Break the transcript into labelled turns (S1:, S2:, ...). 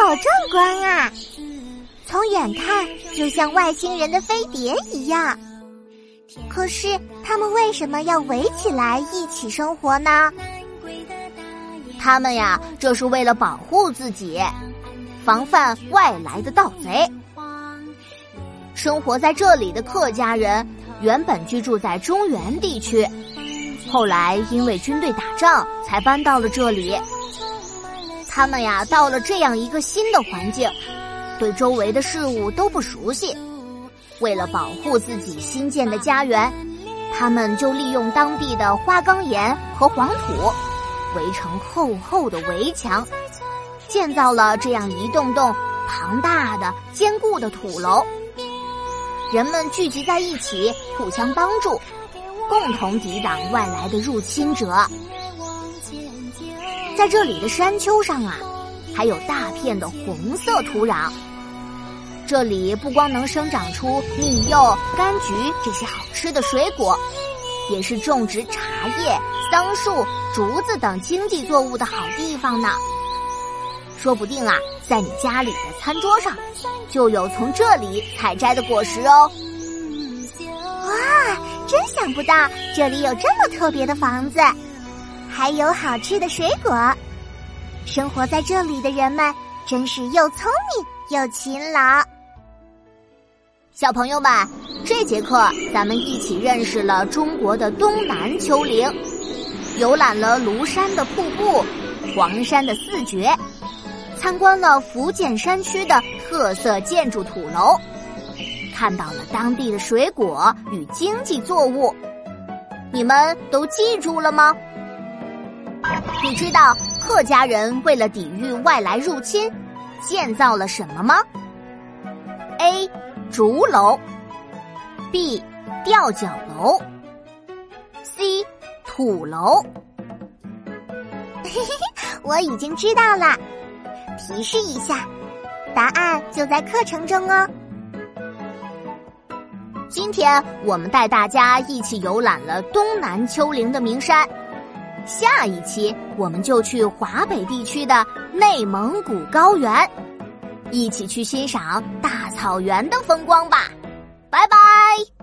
S1: 好壮观啊！从远看就像外星人的飞碟一样。可是他们为什么要围起来一起生活呢？
S2: 他们呀，这是为了保护自己，防范外来的盗贼。生活在这里的客家人原本居住在中原地区，后来因为军队打仗才搬到了这里。他们呀，到了这样一个新的环境，对周围的事物都不熟悉。为了保护自己新建的家园，他们就利用当地的花岗岩和黄土围成厚厚的围墙，建造了这样一栋栋庞大的坚固的土楼。人们聚集在一起，互相帮助，共同抵挡外来的入侵者。在这里的山丘上啊，还有大片的红色土壤。这里不光能生长出蜜柚、柑橘这些好吃的水果，也是种植茶叶、桑树、竹子等经济作物的好地方呢。说不定啊，在你家里的餐桌上就有从这里采摘的果实哦。
S1: 哇，真想不到这里有这么特别的房子，还有好吃的水果。生活在这里的人们真是又聪明又勤劳。
S2: 小朋友们，这节课咱们一起认识了中国的东南丘陵，游览了庐山的瀑布、黄山的四绝，参观了福建山区的特色建筑土楼，看到了当地的水果与经济作物。你们都记住了吗？你知道客家人为了抵御外来入侵，建造了什么吗？ A. 竹楼， B. 吊脚楼， C. 土楼。
S1: 我已经知道了，提示一下，答案就在课程中哦。
S2: 今天我们带大家一起游览了东南丘陵的名山，下一期我们就去华北地区的内蒙古高原，一起去欣赏大草原的风光吧。拜拜。